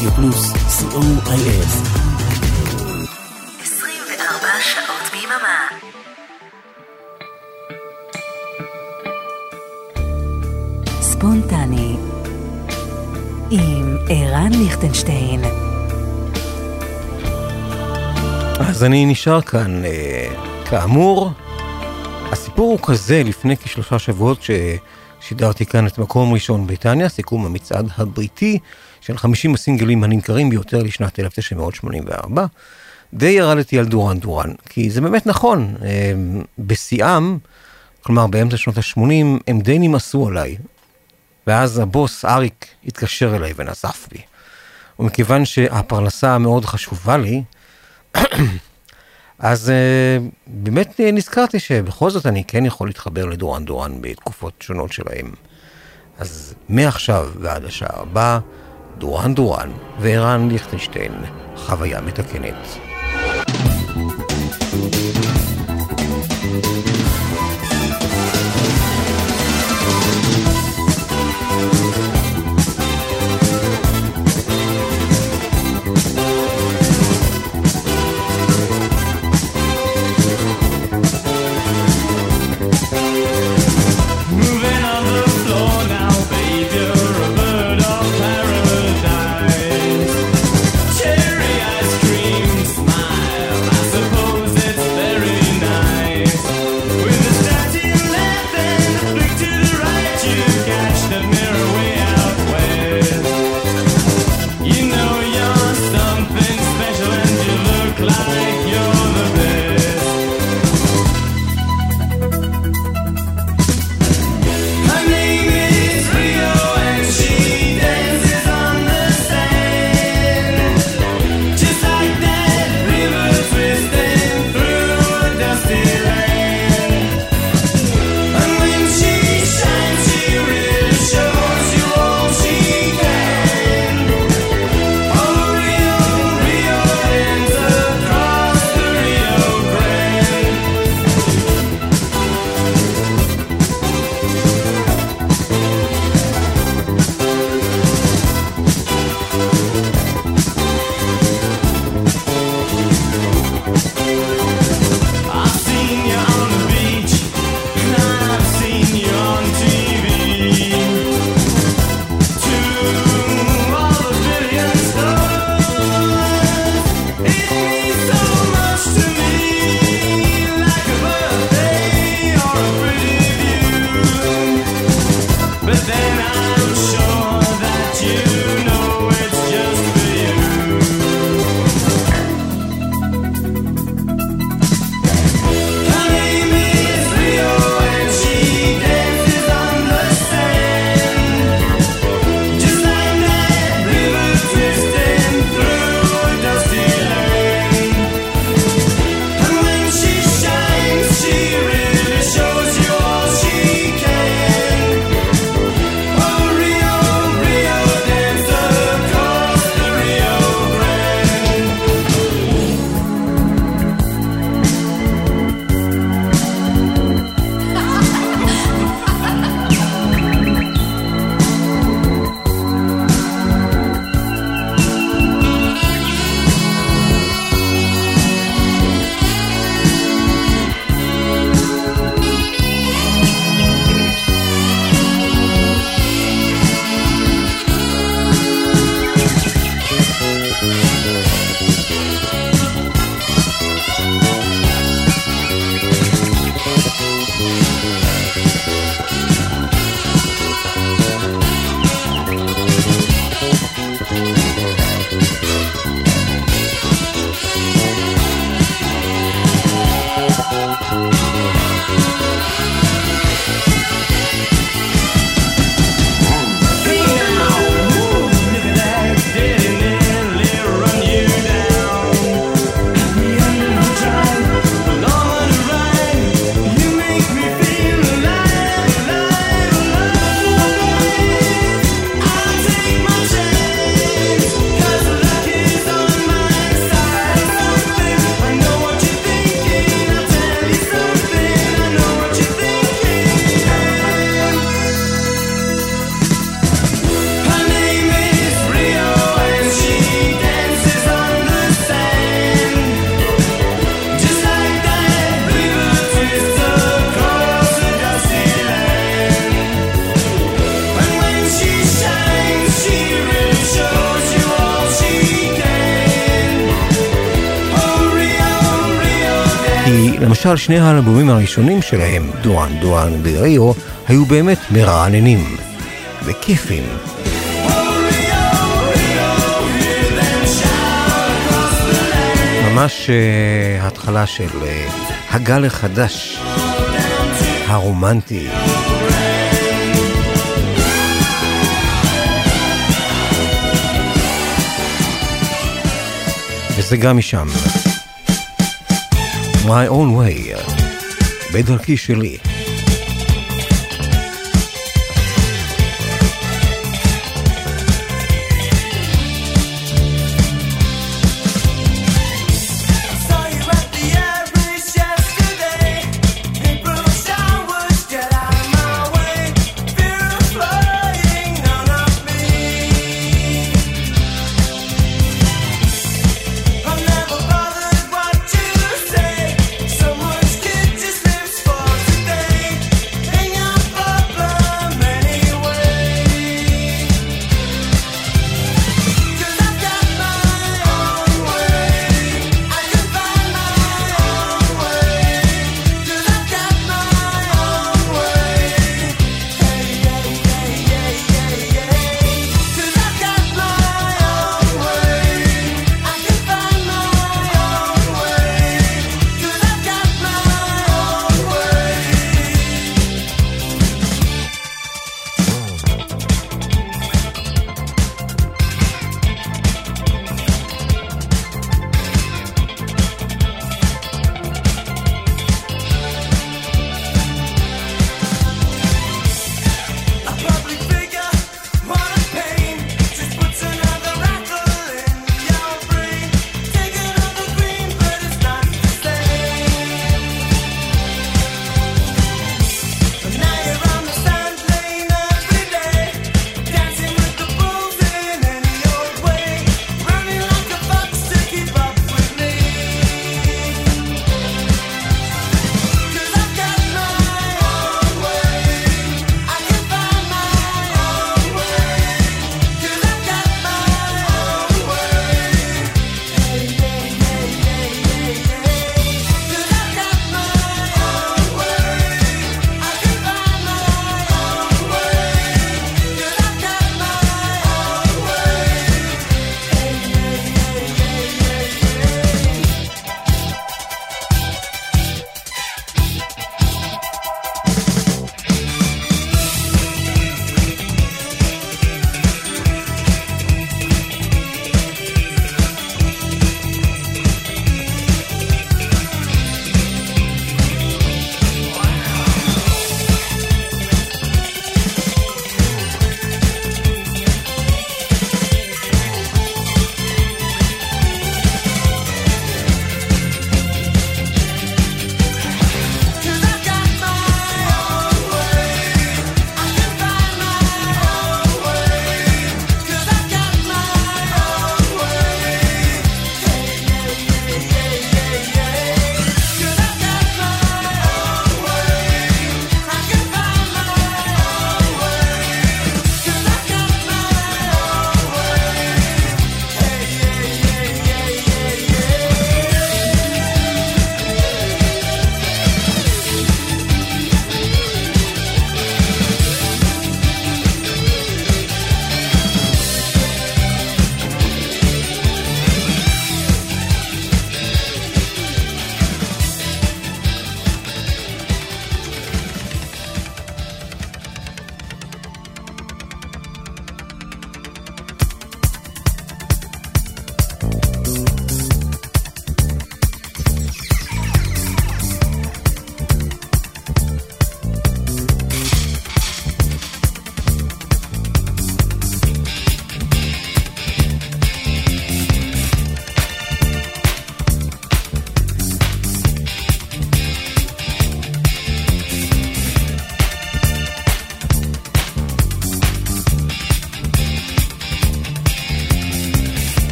רדיו פלוס, COIF. 24 שעות ביממה. ספונטני עם ערן ליכטנשטיין. אז אני נשאר כאן, כאמור, הסיפור הוא כזה, לפני כ3 שבועות ששידרתי כאן את מקום ראשון בריטניה, סיכום המצעד הבריטי של 50 הסינגלים הנמכרים ביותר לשנת 1984, די ירדתי על דורן דורן, כי זה באמת נכון, בשיאם, כלומר באמצע שנות ה-80, הם די נמאסו עליי, ואז הבוס אריק התקשר אליי ונזף בי, ומכיוון שהפרנסה מאוד חשובה לי, אז באמת נזכרתי שבכל זאת אני כן יכול להתחבר לדורן דורן בתקופות שונות שלהם. אז מעכשיו ועד השעה הבאה, דורן דורן וערן ליכטנשטיין, חוויה מתקנת. Feel למשל, שני האלבומים הראשונים שלהם, דואן דואן וריו, היו באמת מרעננים וכיפים. ממש התחלה של הגל החדש, הרומנטי. וזה גם משם. My own way, בדרכי שלי. Someone's kid just lives for today.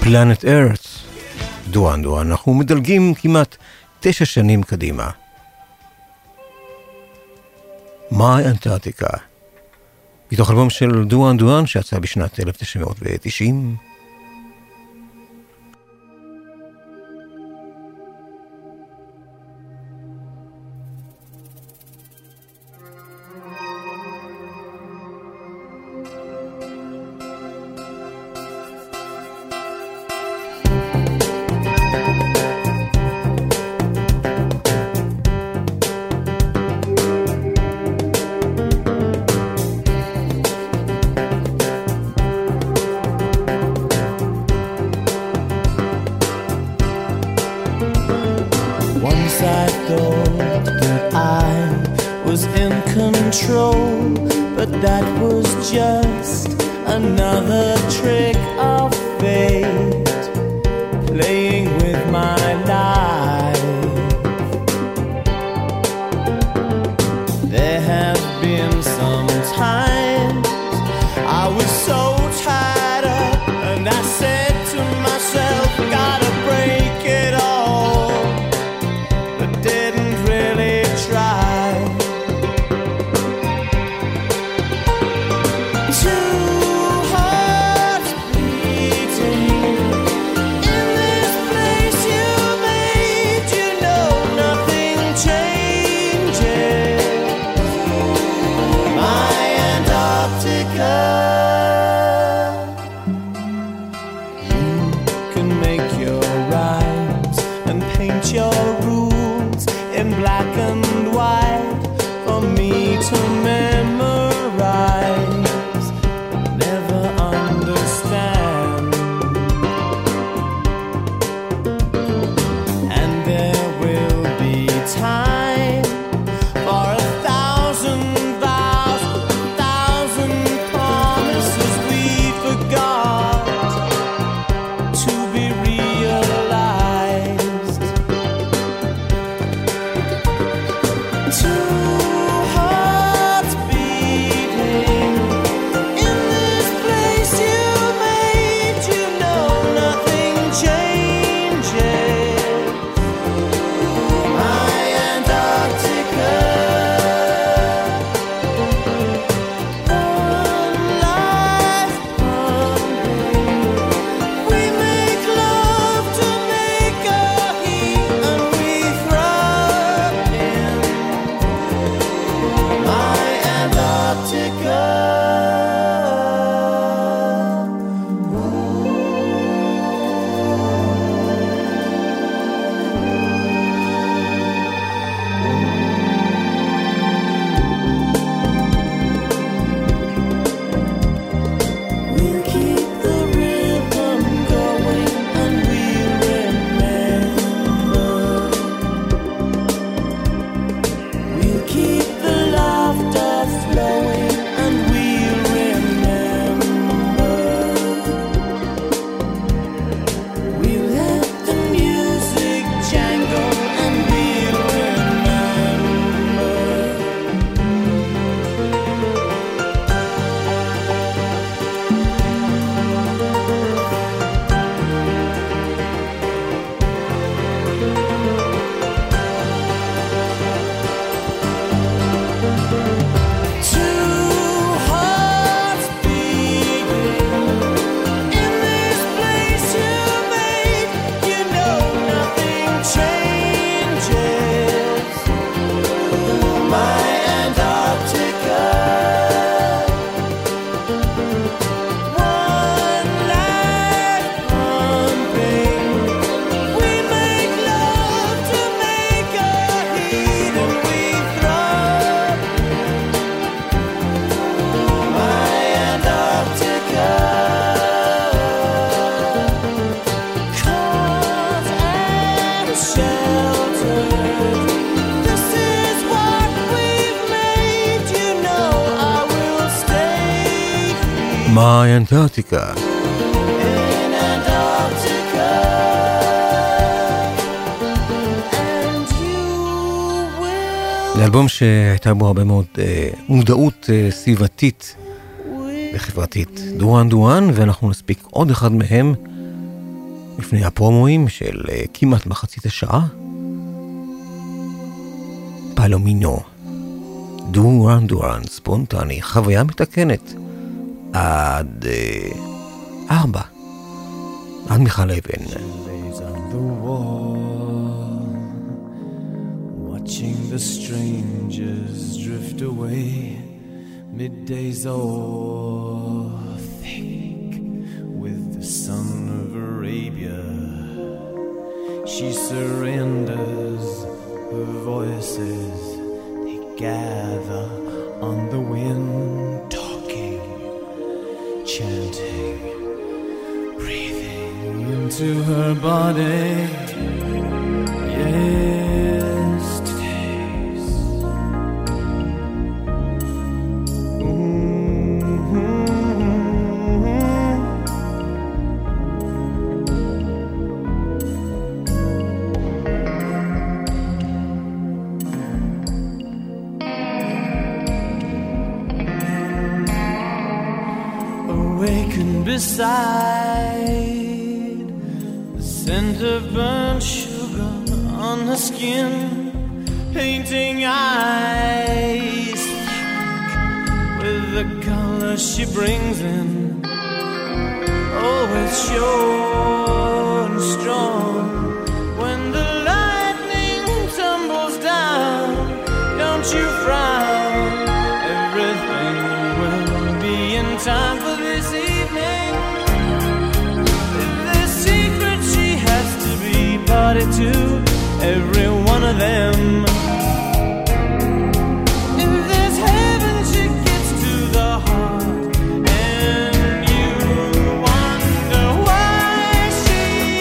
Planet Earth, דואן דואן. אנחנו מדלגים כמעט 9 שנים קדימה. My Antarctica, מתוך אלבום של דואן דואן שיצא בשנת 1990. My Antarctica. לאלבום שהייתה בו הרבה מאוד מודעות סביבתית וחברתית. דואן דואן, ואנחנו נספיק עוד אחד מהם לפני הפרומואים של כמעט מחצית השעה. פלומינו, דורן דורן, ספונטני, חוויה מתקנת עד 4, עד מיכל אבן. Watching the strangers drift away, middays all thick with the sun of Arabia. She surrenders her voices, they gather on the wind, talking, chanting, breathing into her body. Yesterday's awakened beside the scent of burnt sugar on her skin, painting eyes with the color she brings in, always sure and strong. When the lightning tumbles down, don't you frown, everything will be in time for this evening. The secret she has to be party to, every one of them. If there's heaven, she gets to the heart, and you wonder why she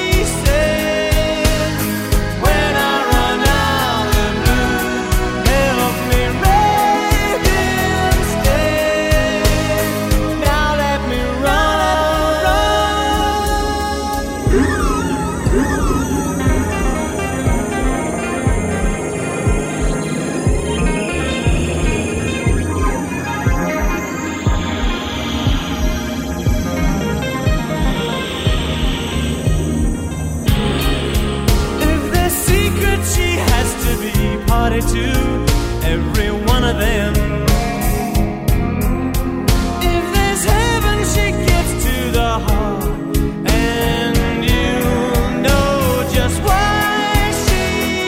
says, when I run out of blue, help me baby instead. Now let me party to, every one of them. If there's heaven, she gets to the heart, and you know just why she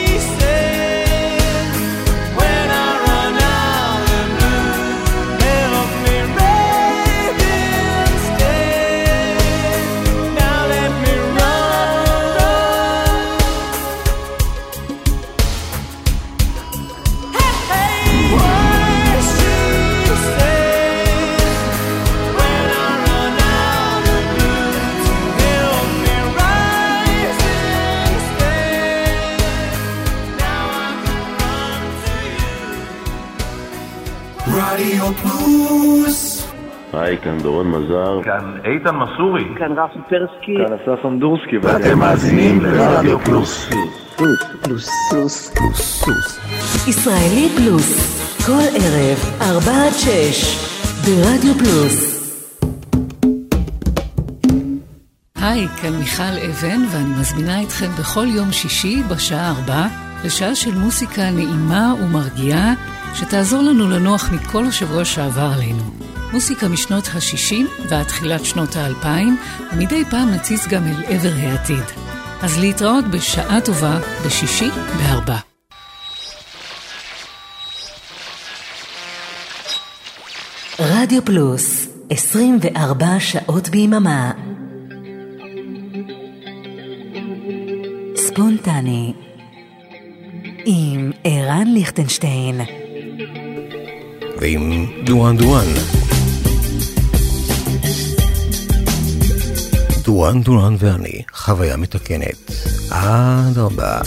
says, when I run out of blue, help me baby instead. Now let me רדיו פלוס. היי, כאן דורון מזר. כאן איתן מסורי. כאן רפי פרסקי. כאן אסף אמדורסקי. ואתם מאזינים לרדיו פלוס. פלוס, פלוס, פלוס. פלוס, פלוס. ישראלי פלוס, כל ערב 4-6 ברדיו פלוס. היי, כאן מיכל אבן, ואני מזמינה אתכם בכל יום שישי בשעה 4 לשעה של מוסיקה נעימה ומרגיעה שתעזור לנו לנוח מכל השבוע שעבר עלינו. מוסיקה משנות ה-60 ועד תחילת שנות ה-2000, ומדי פעם נציץ גם אל עבר העתיד. אז להתראות בשעה טובה בשישי ב-4. רדיו פלוס, 24 שעות ביממה. ספונטני עם ערן ליכטנשטיין ועם דורן דורן. דורן דורן ואני, חוויה מתקנת עד 4.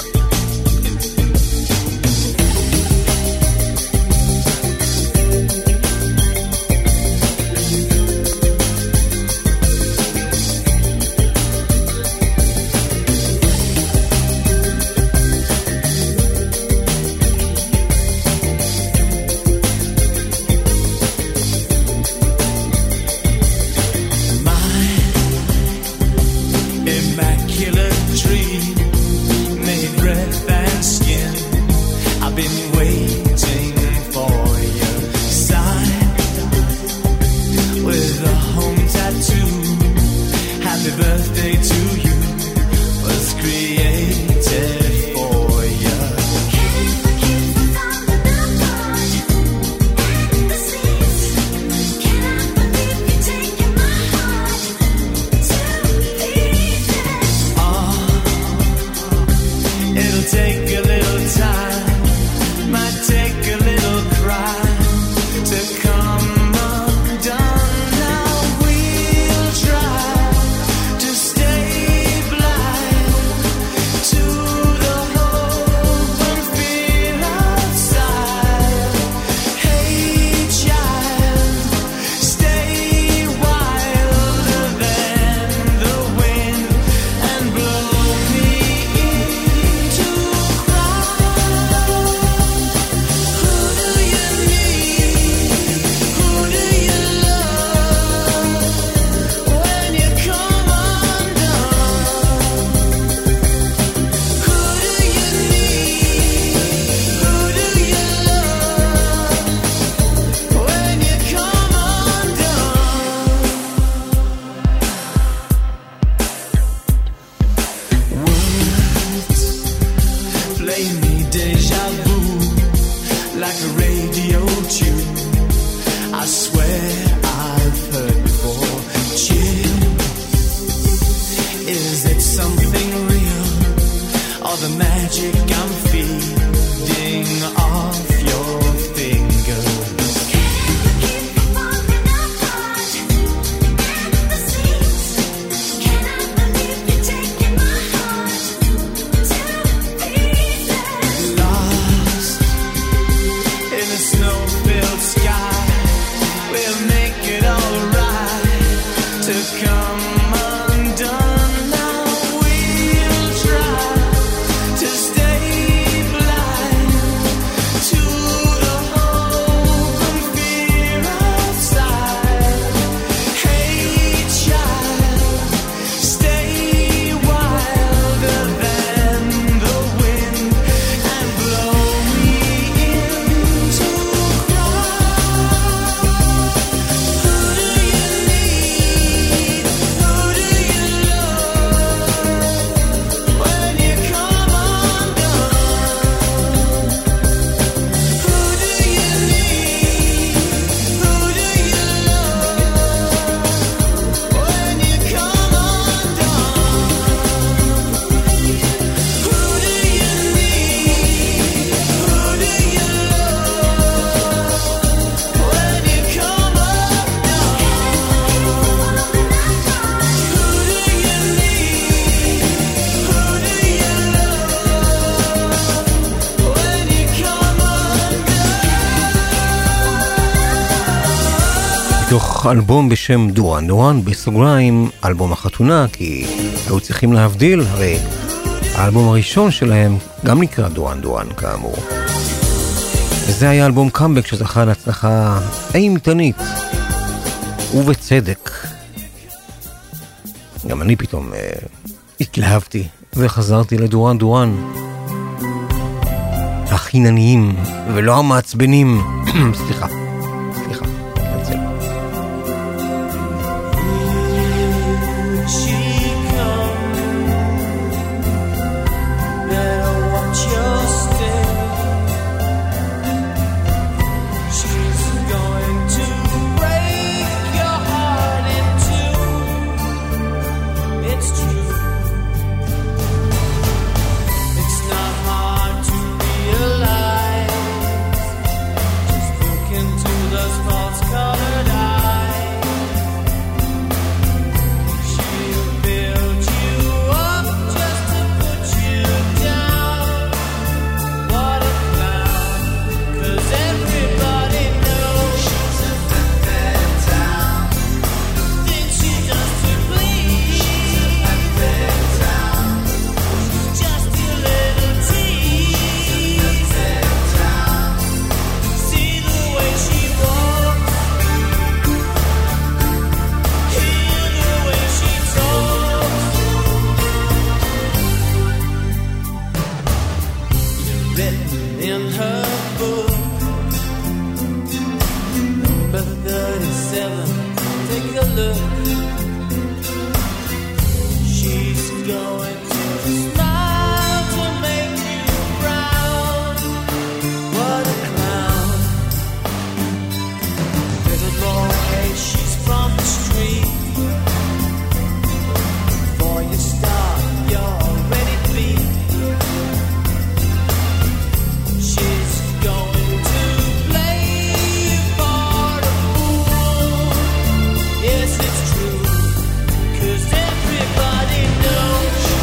immaculate מתוך אלבום בשם דורן. דורן בסוגריים, אלבום החתונה, כי היו צריכים להבדיל, הרי האלבום הראשון שלהם גם נקרא דורן דורן כאמור. וזה היה אלבום קאמבק שזכה להצלחה אימתנית, ובצדק. גם אני פתאום התלהבתי וחזרתי לדורן דורן. החינניים ולא המעצבנים. סליחה. Yes, it's true, 'cause everybody knows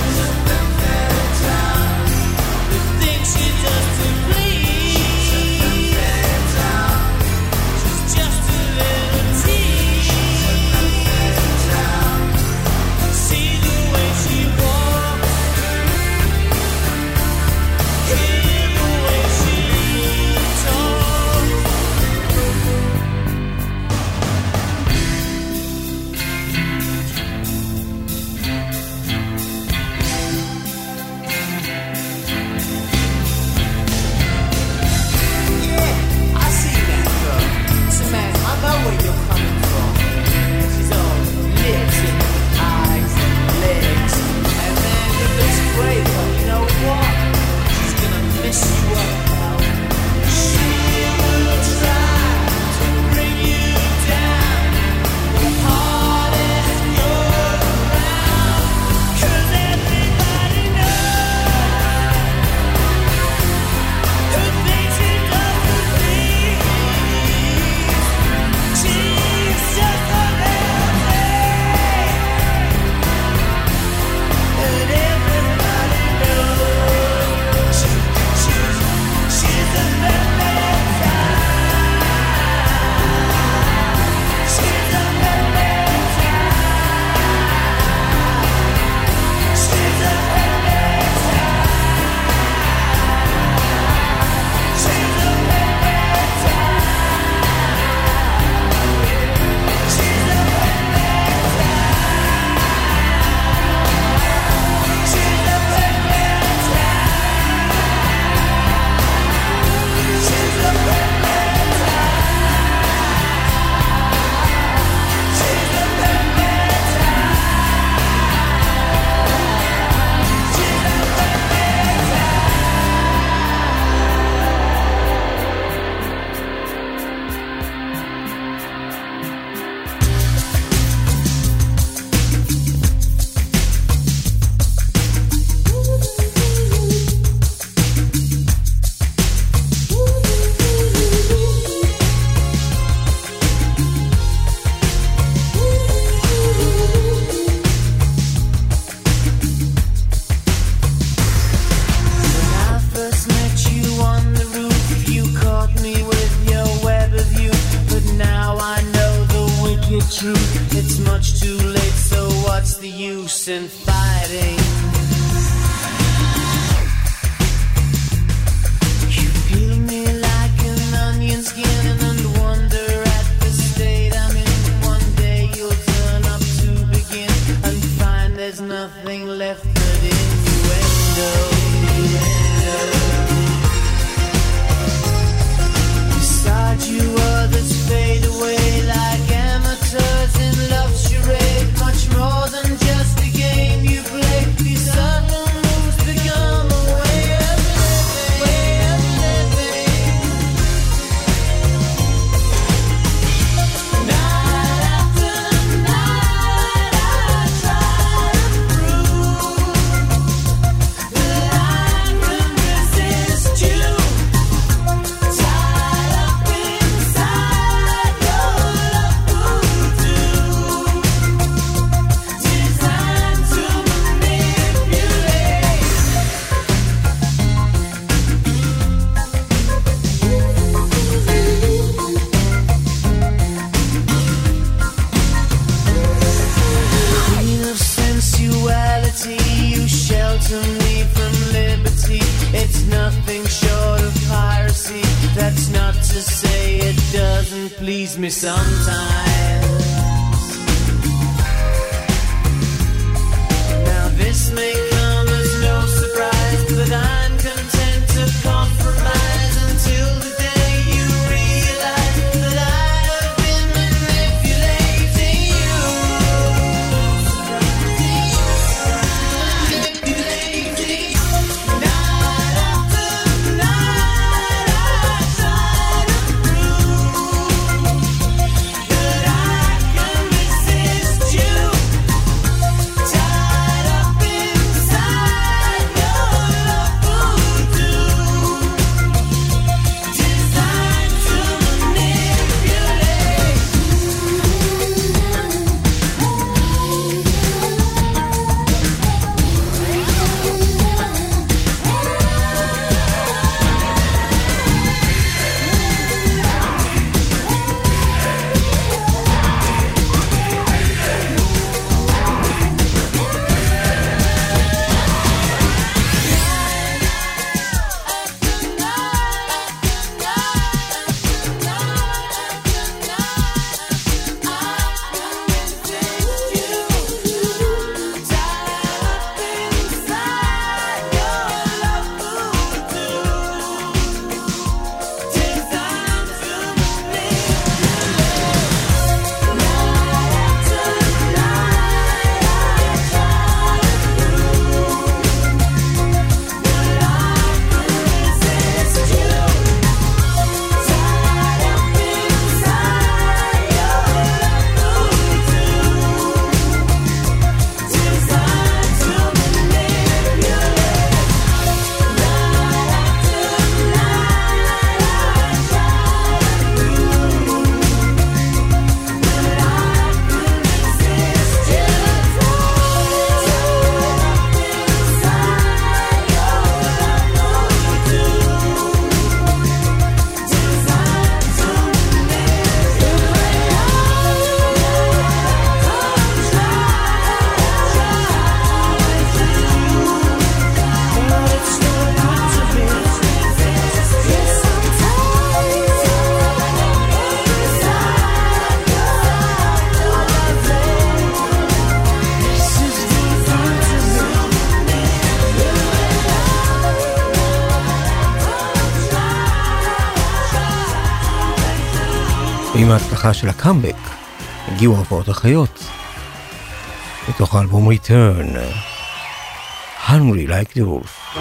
and fighting. You peel me like an onion skin and wonder at the state I'm in. One day you'll turn up to begin and find there's nothing left but innuendo. Beside you others fade away like amateurs in love's charade. Much more than just a game you play. These subtle moves become a way of living. Night after night I try to prove that I can resist you. Tied up inside your love voodoo, designed to manipulate. Queen of sensuality, you shelter me from liberty. It's nothing short of piracy. That's not to say it doesn't please me sometimes. Now this may come as no surprise, but I'm content to compromise until the day you realize that I have been manipulating you. Manipulating. Night after night I try to prove that I can resist you. Tied up inside your love voodoo, designed to manipulate. עם ההצלחה של הקאמבק הגיעו ההופעות החיות בתוך האלבום Return, Hungry Like the Wolf.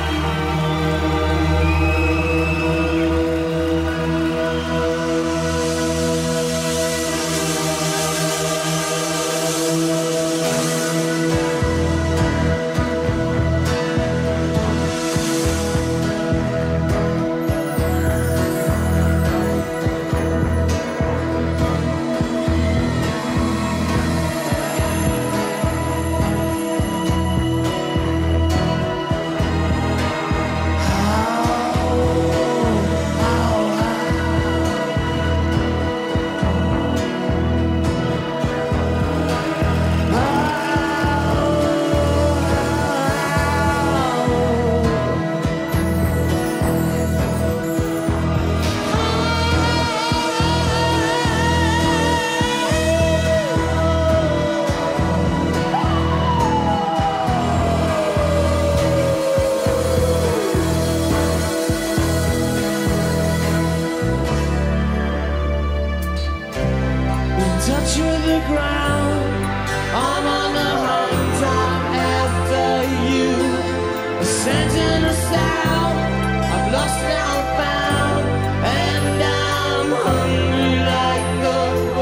ground. I'm on the hunt, I'm after you. A sentence of sound, I'm lost and I'm found, and I'm hungry like the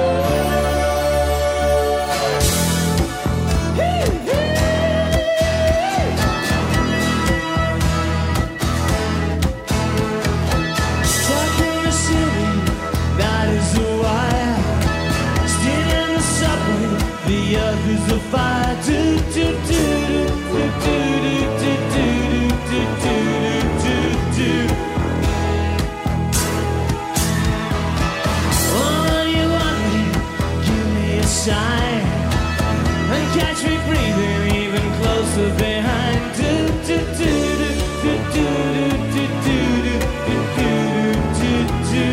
world. Stuck in the city, that is why. Still in the subway, the earth is a fire. Do do do do do do do do do do do. Oh, when you want me, give me a sign and catch me breathing even closer behind. Do do do do do do do do do do.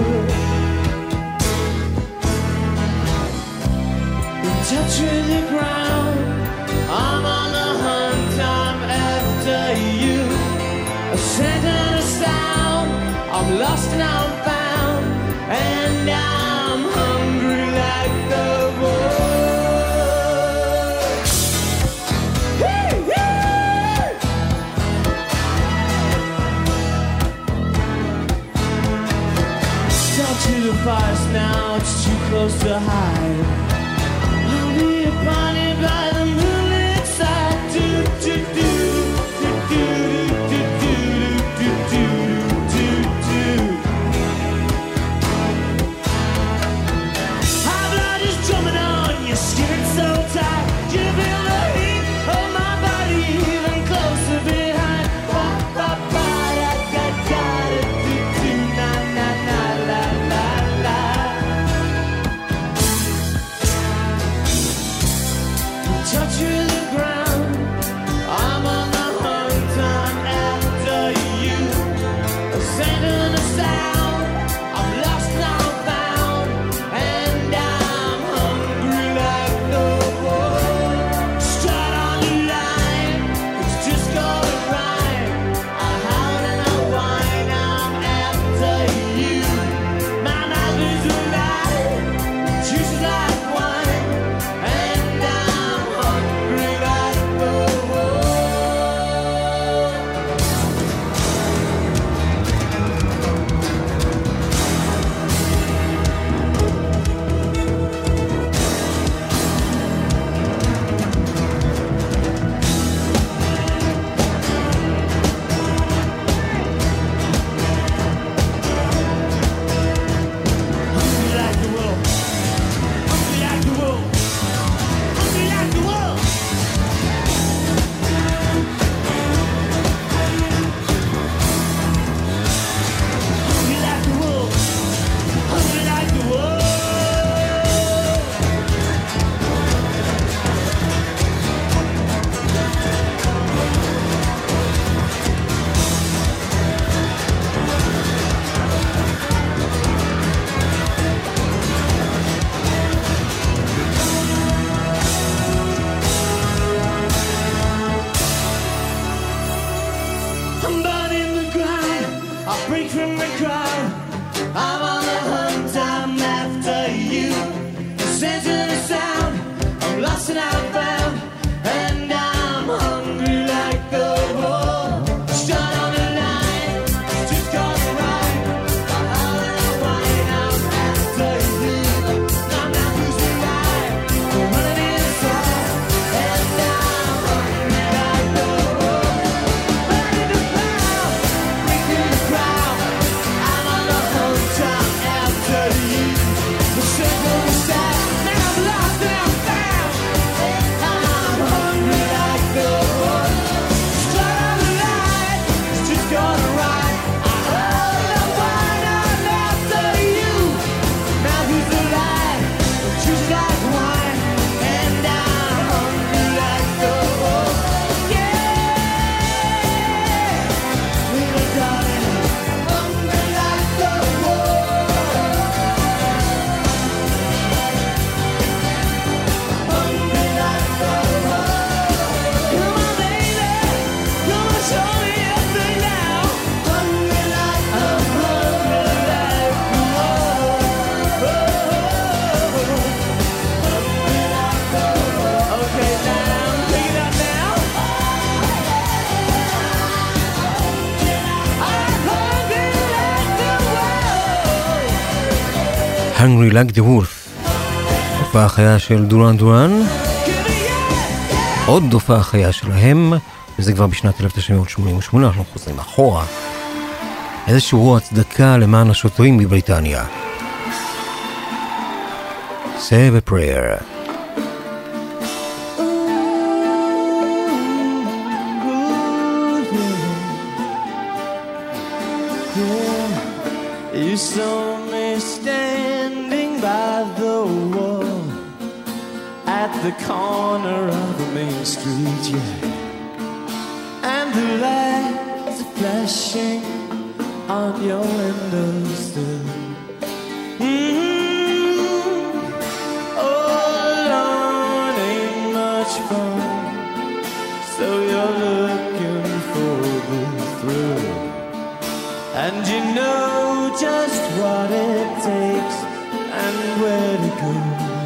Touch with the ground, I'm on the hunt, I'm after you. A scent and a sound, I'm lost and I'm found, and I'm hungry like the world. Hey, hey! Down to the forest now, it's too close to hide. I'll be upon it by the moonlit side. Do do do do do do do do do do do. High blood is drumming on your skin so tight. You feel the heat of my body even closer behind. Ba ba ba da da da do do na na na la la la. Touch you the ground, I'm on the hunt, I'm after you. A scent and a sound, I'm lost and I'm found, and I'm hungry like the world. Start on the line, it's just going right. I howl and I whine, I'm after you. My mouth is alive, juice is like wine, and I'm hungry like the world. Hungry Like the Wolf. הופעה חיה של דורן דורן. עוד הופעה חיה שלהם, וזה כבר בשנת 1988, אנחנו חוזרים אחורה. איזשהו הצדקה למען השוטרים בבריטניה. Say a prayer. You saw me standing by the wall at the corner of the main street, yeah. And the lights are flashing on your windowsill. Oh, Lord, ain't much fun, so you're looking for the thrill. And you know just what it takes and where to go.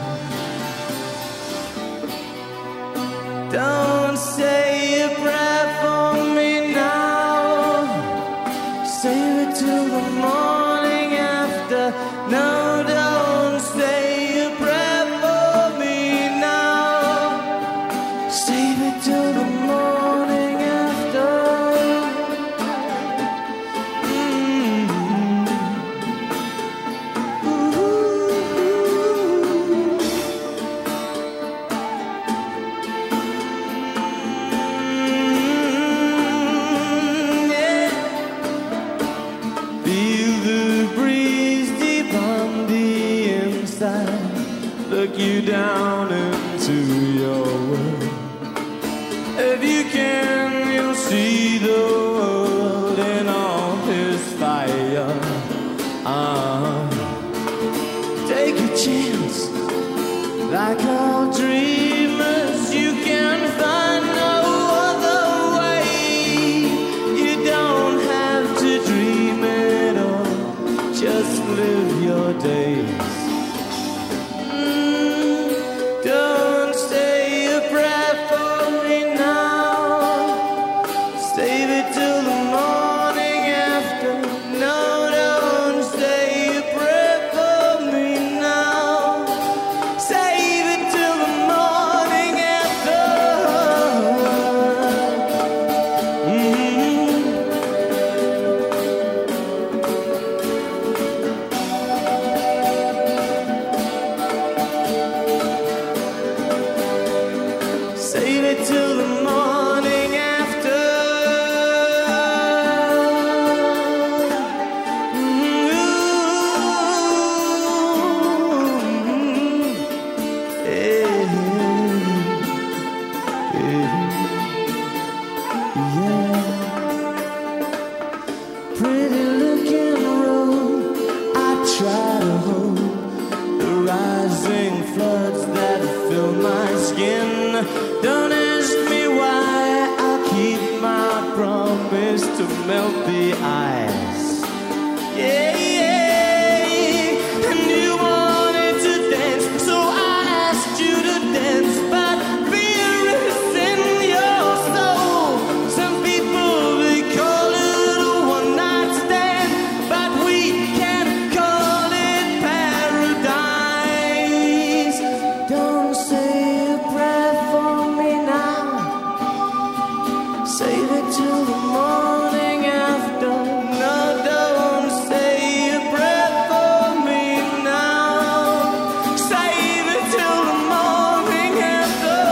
Don't say a prayer for me now. Save it till the morning after. No, don't say a prayer for me now. Save it till the morning after. Look you down into your world. If you can, you'll see the world in all his fire. Take a chance, like all dreamers. You can find no other way. You don't have to dream at all. Just live your days. Don't say a prayer for me now. Save it till the morning after. No, don't say a prayer for me now. Save it till the morning after. Save it till the morning after. Pretty looking road I try to hold. The rising floods that fill my skin. Don't ask me why, I'll keep my promise to melt the ice. Yeah, yeah. And you wanted to dance, so I asked you to dance. But fear is in your soul. Some people, they call it a one-night stand, but we can call it paradise. Don't say a prayer for me now. Save it till the morning after. No, don't say a prayer for me now. Save it till the morning after.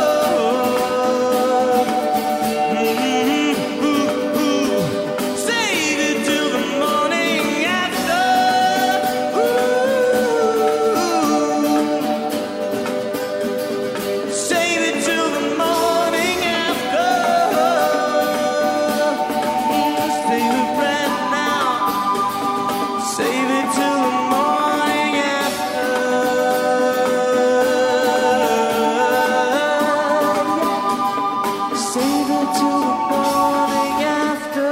Save it till the morning after. Save it till the morning after. Save it right now. Save it till the morning after. Save it till the morning after.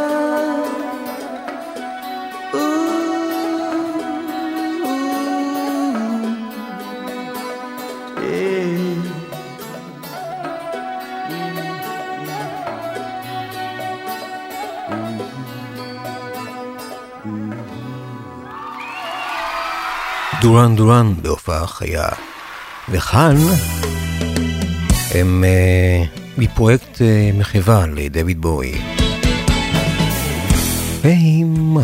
דורן דורן בהופעה חיה, וכאן הם מפרויקט מחווה לדויד בואי. פיים.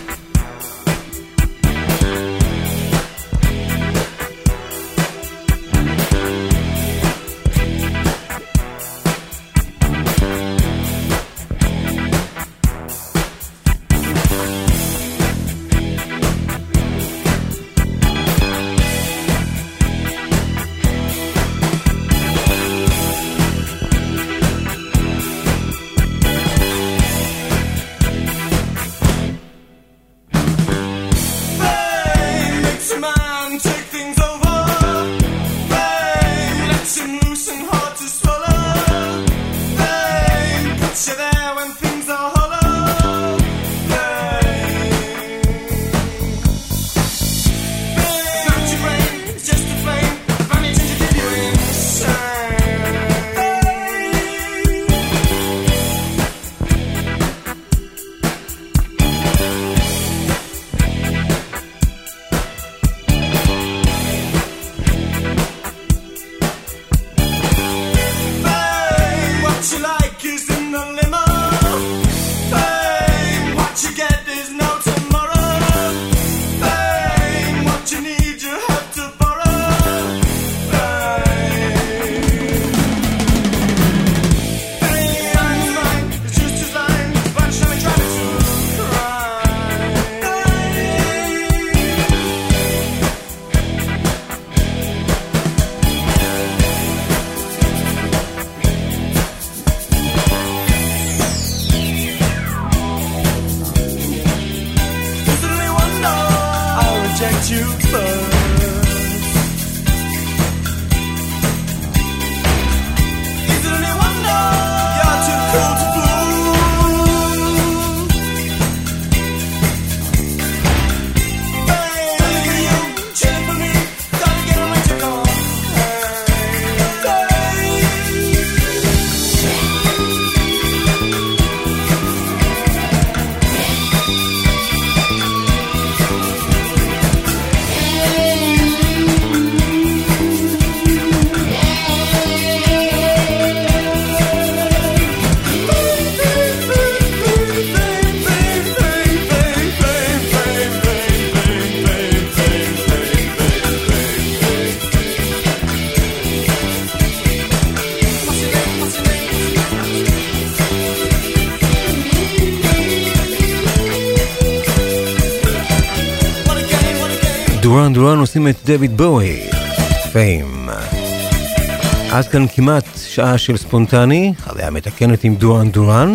דורן דורן עושים את דויד בואי, פיים. עד כאן כמעט שעה של ספונטני, חוויה מתקנת עם דורן דורן.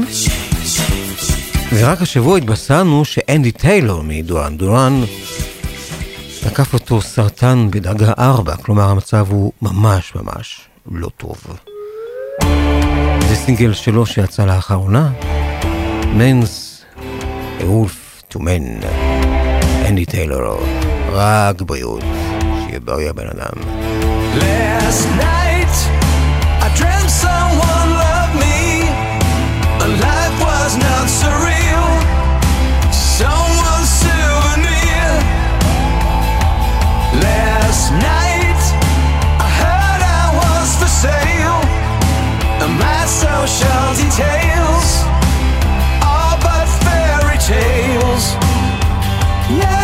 ורק השבוע התבשרנו שאנדי טיילור מדורן דורן תקף אותו סרטן בדרגה 4, כלומר המצב הוא ממש ממש לא טוב. זה סינגל שלו שיצא לאחרונה, Men's a Wolf to Men, אנדי טיילור. רק בריאות, שיהיה בריא בן אדם. Last night I dreamt someone loved me, but life was not surreal. Someone's souvenir. Last night I heard I was for sale, and my social details all but fairy tales. Yeah.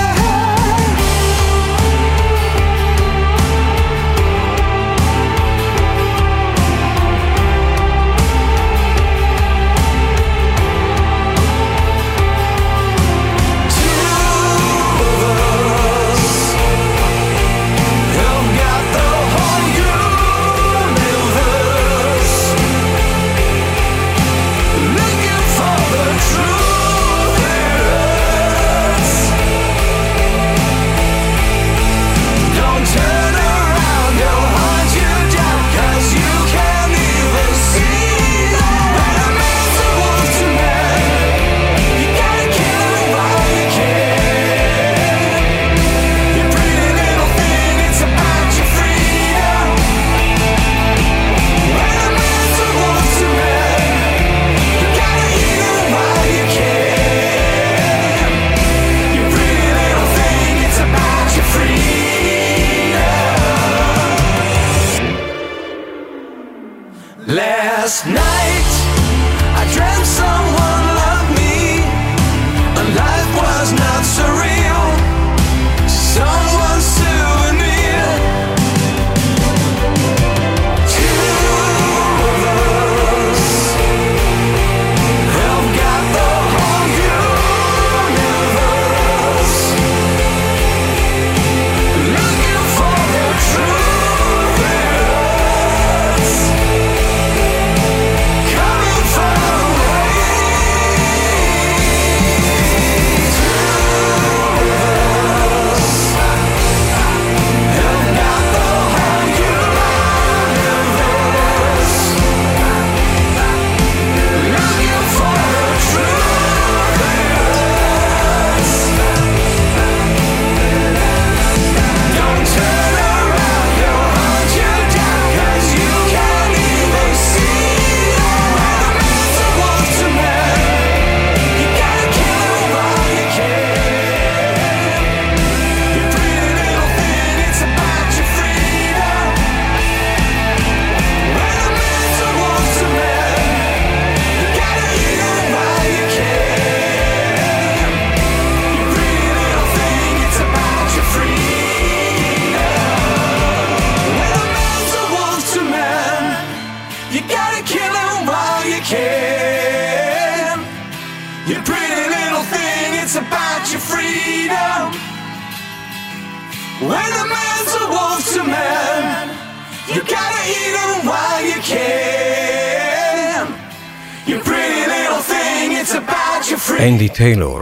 When a man's a wolf to man, you gotta eat him while you can. You pretty little thing, it's about your freedom. אנדי טיילור.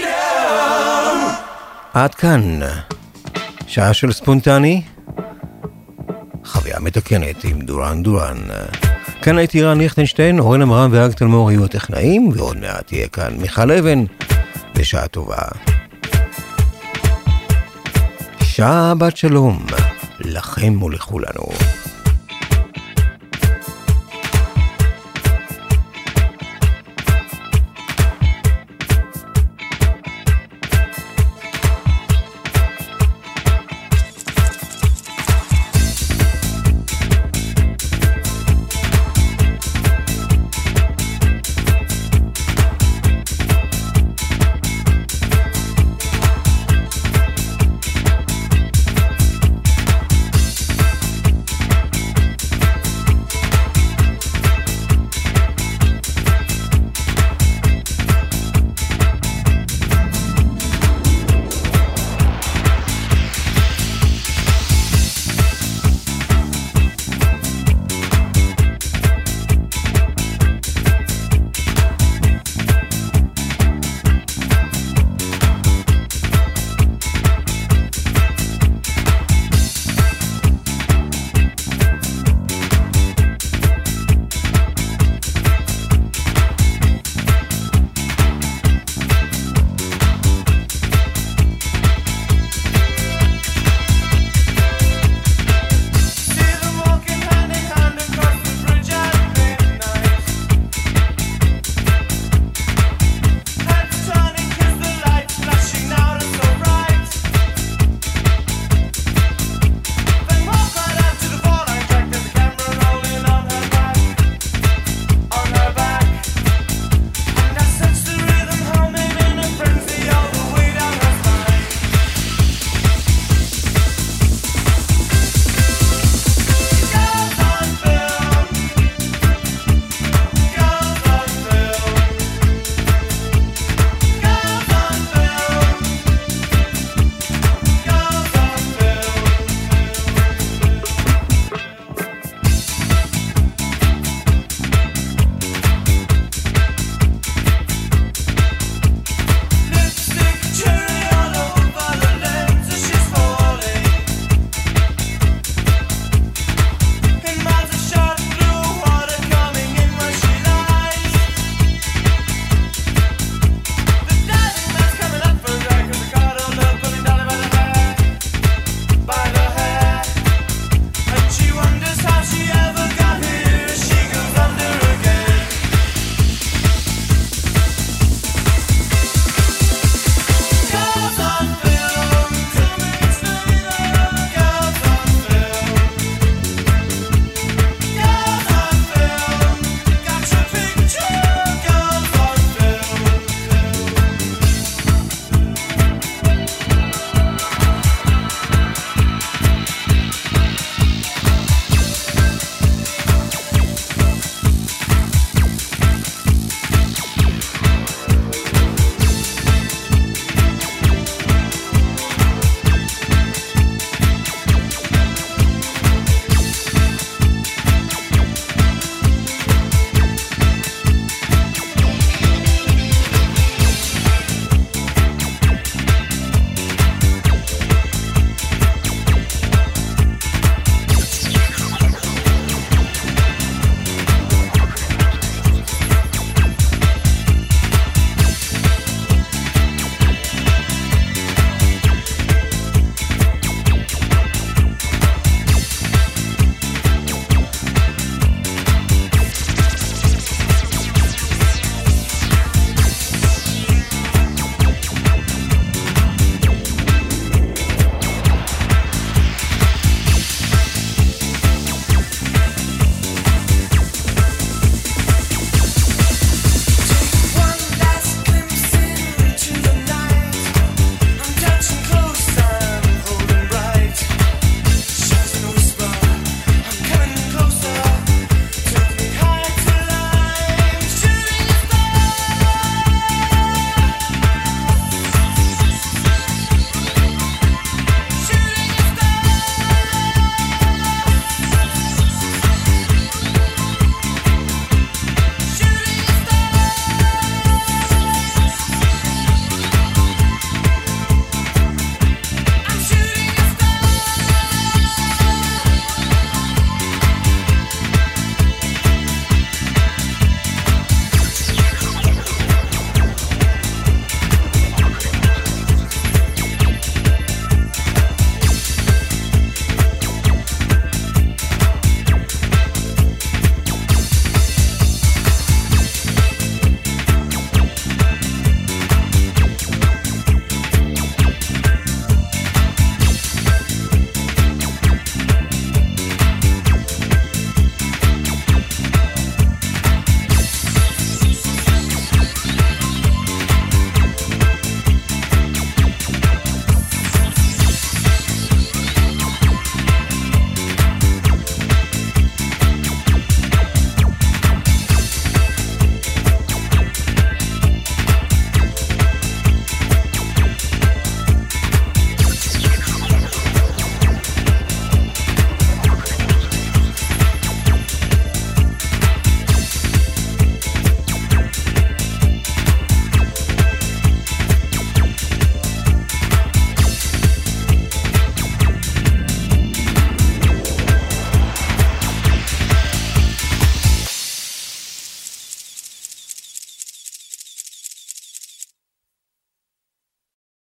עד כאן שעה של ספונטני, חוויה מתקנת עם דורן דורן. כאן הייתי רן ליכטנשטיין, אורן אמרם ואג תלמור היו הטכנאים, ועוד מעט תהיה כאן מיכל אבן, בשעה טובה. שעה בת שלום לכם ולכולנו.